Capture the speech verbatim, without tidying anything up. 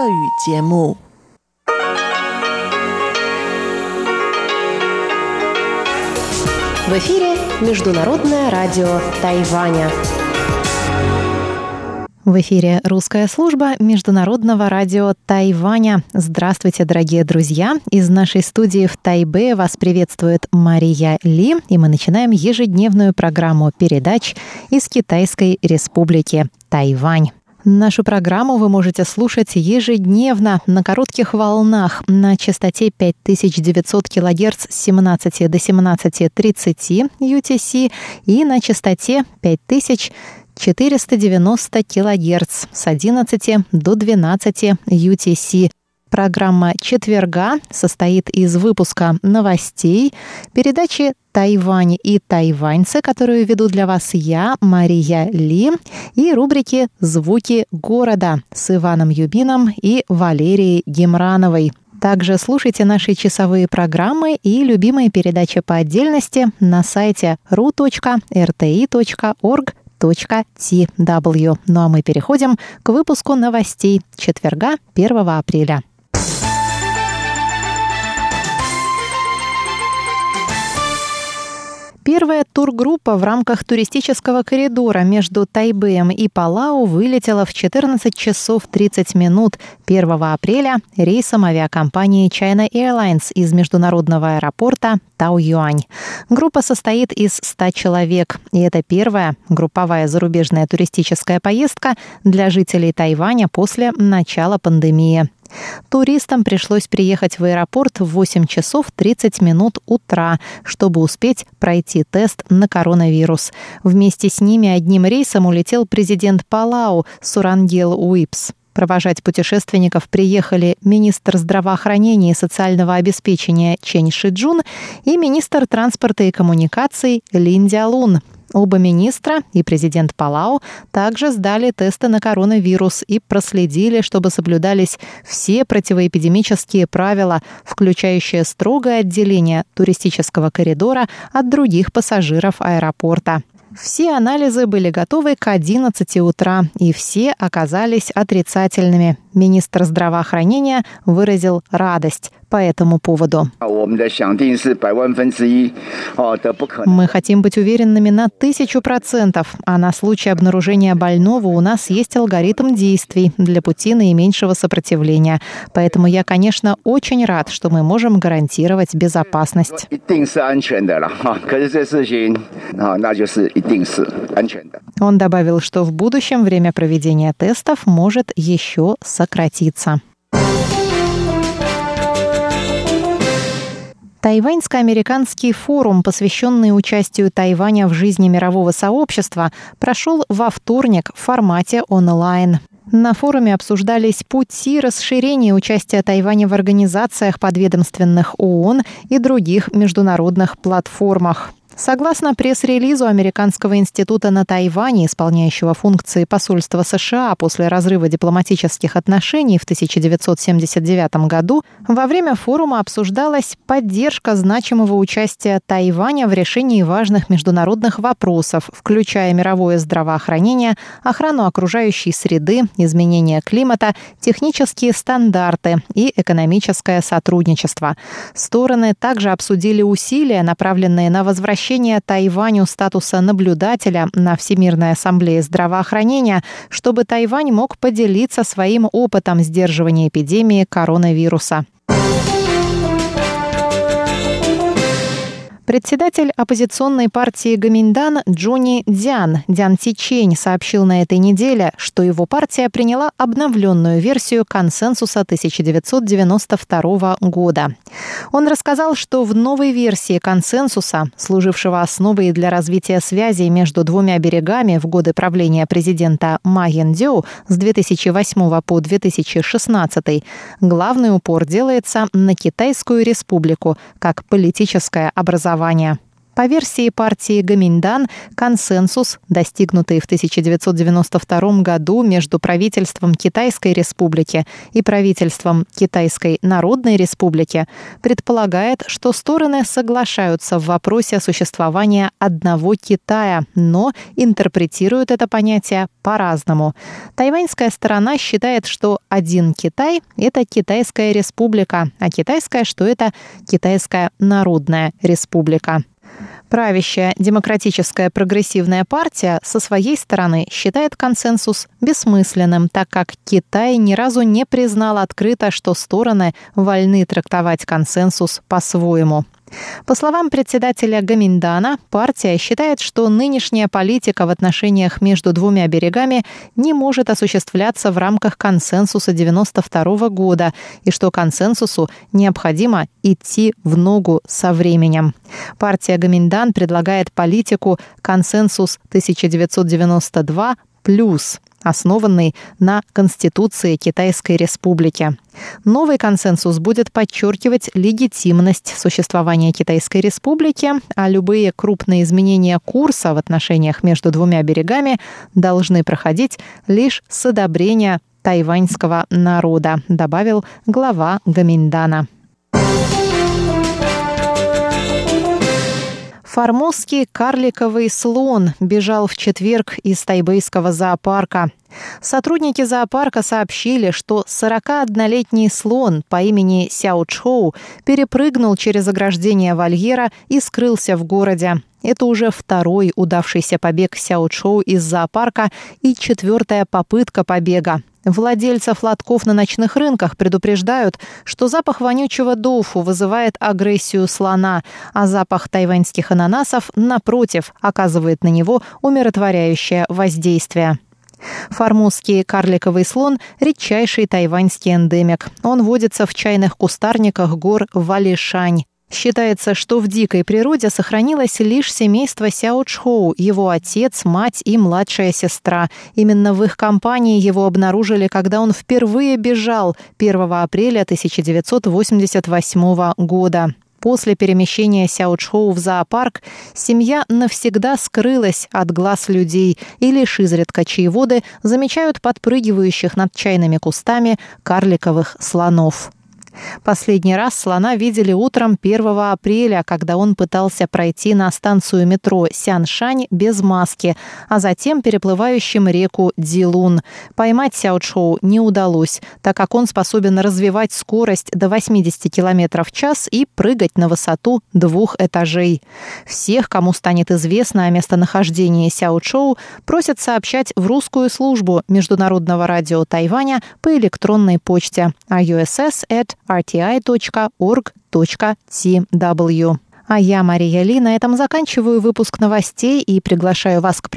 节目。В эфире Международное радио Тайваня. В эфире русская служба Международного радио Тайваня. Здравствуйте, дорогие друзья! Из нашей студии в Тайбе вас приветствует Мария Ли, и мы начинаем ежедневную программу передач из Китайской Республики Тайвань. Нашу программу вы можете слушать ежедневно на коротких волнах на частоте пять тысяч девятьсот килогерц с семнадцати до семнадцати тридцати ю ти си и на частоте пять тысяч четыреста девяносто килогерц с одиннадцати до двенадцати ю ти си. Программа четверга состоит из выпуска новостей, передачи «Тайвань и тайваньцы», которую веду для вас я, Мария Ли, и рубрики «Звуки города» с Иваном Юбином и Валерией Гемрановой. Также слушайте наши часовые программы и любимые передачи по отдельности на сайте ру точка эр тэ и точка орг точка ти дабл ю. Ну а мы переходим к выпуску новостей четверга, первого апреля. Первая тургруппа в рамках туристического коридора между Тайбэем и Палау вылетела в четырнадцать часов тридцать минут первого апреля рейсом авиакомпании China Airlines из международного аэропорта Таоюань. Группа состоит из ста человек, и это первая групповая зарубежная туристическая поездка для жителей Тайваня после начала пандемии. Туристам пришлось приехать в аэропорт в восемь часов тридцать минут утра, чтобы успеть пройти тест на коронавирус. Вместе с ними одним рейсом улетел президент Палау Сурангел Уипс. Провожать путешественников приехали министр здравоохранения и социального обеспечения Чэнь Шиджун и министр транспорта и коммуникаций Лин Дялун. Оба министра и президент Палау также сдали тесты на коронавирус и проследили, чтобы соблюдались все противоэпидемические правила, включающие строгое отделение туристического коридора от других пассажиров аэропорта. Все анализы были готовы к одиннадцати утра, и все оказались отрицательными. Министр здравоохранения выразил радость по этому поводу. Мы хотим быть уверенными на тысячу процентов, а на случай обнаружения больного у нас есть алгоритм действий для пути наименьшего сопротивления. Поэтому я, конечно, очень рад, что мы можем гарантировать безопасность. Он добавил, что в будущем время проведения тестов может еще сократиться. Тайваньско-американский форум, посвященный участию Тайваня в жизни мирового сообщества, прошел во вторник в формате онлайн. На форуме обсуждались пути расширения участия Тайваня в организациях подведомственных ООН и других международных платформах. Согласно пресс-релизу Американского института на Тайване, исполняющего функции посольства США после разрыва дипломатических отношений в тысяча девятьсот семьдесят девятом году, во время форума обсуждалась поддержка значимого участия Тайваня в решении важных международных вопросов, включая мировое здравоохранение, охрану окружающей среды, изменение климата, технические стандарты и экономическое сотрудничество. Стороны также обсудили усилия, направленные на возвращение Тайваню статуса наблюдателя на Всемирной ассамблее здравоохранения, чтобы Тайвань мог поделиться своим опытом сдерживания эпидемии коронавируса. Председатель оппозиционной партии Гоминьдан Джуни Дзян, Дзян Тичень, сообщил на этой неделе, что его партия приняла обновленную версию консенсуса тысяча девятьсот девяносто второго года. Он рассказал, что в новой версии консенсуса, служившего основой для развития связей между двумя берегами в годы правления президента Ма Янцзю с две тысячи восьмого по две тысячи шестнадцатый, главный упор делается на Китайскую Республику как политическое образование. По версии партии Гоминьдан, консенсус, достигнутый в тысяча девятьсот девяносто втором году между правительством Китайской Республики и правительством Китайской Народной Республики, предполагает, что стороны соглашаются в вопросе о существовании одного Китая, но интерпретируют это понятие по-разному. Тайваньская сторона считает, что один Китай – это Китайская Республика, а китайская, что это Китайская Народная Республика. Правящая Демократическая прогрессивная партия со своей стороны считает консенсус бессмысленным, так как Китай ни разу не признал открыто, что стороны вольны трактовать консенсус по-своему. По словам председателя Гоминьдана, партия считает, что нынешняя политика в отношениях между двумя берегами не может осуществляться в рамках консенсуса девяносто второго года и что консенсусу необходимо идти в ногу со временем. Партия Гоминьдан предлагает политику «Консенсус тысяча девятьсот девяносто два плюс», основанный на Конституции Китайской Республики. Новый консенсус будет подчеркивать легитимность существования Китайской Республики, а любые крупные изменения курса в отношениях между двумя берегами должны проходить лишь с одобрения тайваньского народа, добавил глава Гоминьдана. Формозский карликовый слон бежал в четверг из тайбэйского зоопарка. Сотрудники зоопарка сообщили, что сорокаоднолетний слон по имени Сяо Чжоу перепрыгнул через ограждение вольера и скрылся в городе. Это уже второй удавшийся побег Сяо Чжоу из зоопарка и четвертая попытка побега. Владельцев лотков на ночных рынках предупреждают, что запах вонючего доуфу вызывает агрессию слона, а запах тайваньских ананасов, напротив, оказывает на него умиротворяющее воздействие. Формозский карликовый слон – редчайший тайваньский эндемик. Он водится в чайных кустарниках гор Валишань. Считается, что в дикой природе сохранилось лишь семейство Сяо Чжоу, его отец, мать и младшая сестра. Именно в их компании его обнаружили, когда он впервые бежал первого апреля тысяча девятьсот восемьдесят восьмого года. После перемещения Сяо Чжоу в зоопарк семья навсегда скрылась от глаз людей, и лишь изредка чаеводы замечают подпрыгивающих над чайными кустами карликовых слонов. Последний раз слона видели утром первого апреля, когда он пытался пройти на станцию метро Сяншань без маски, а затем переплывающим реку Дилун. Поймать Сяо Чжоу не удалось, так как он способен развивать скорость до восемьдесят километров в час и прыгать на высоту двух этажей. Всех, кому станет известно о местонахождении Сяо Чжоу, просят сообщать в русскую службу Международного радио Тайваня по электронной почте ай ю эс эс эт эр ти ай точка орг точка ти дабл ю. А я, Мария Ли, на этом заканчиваю выпуск новостей и приглашаю вас к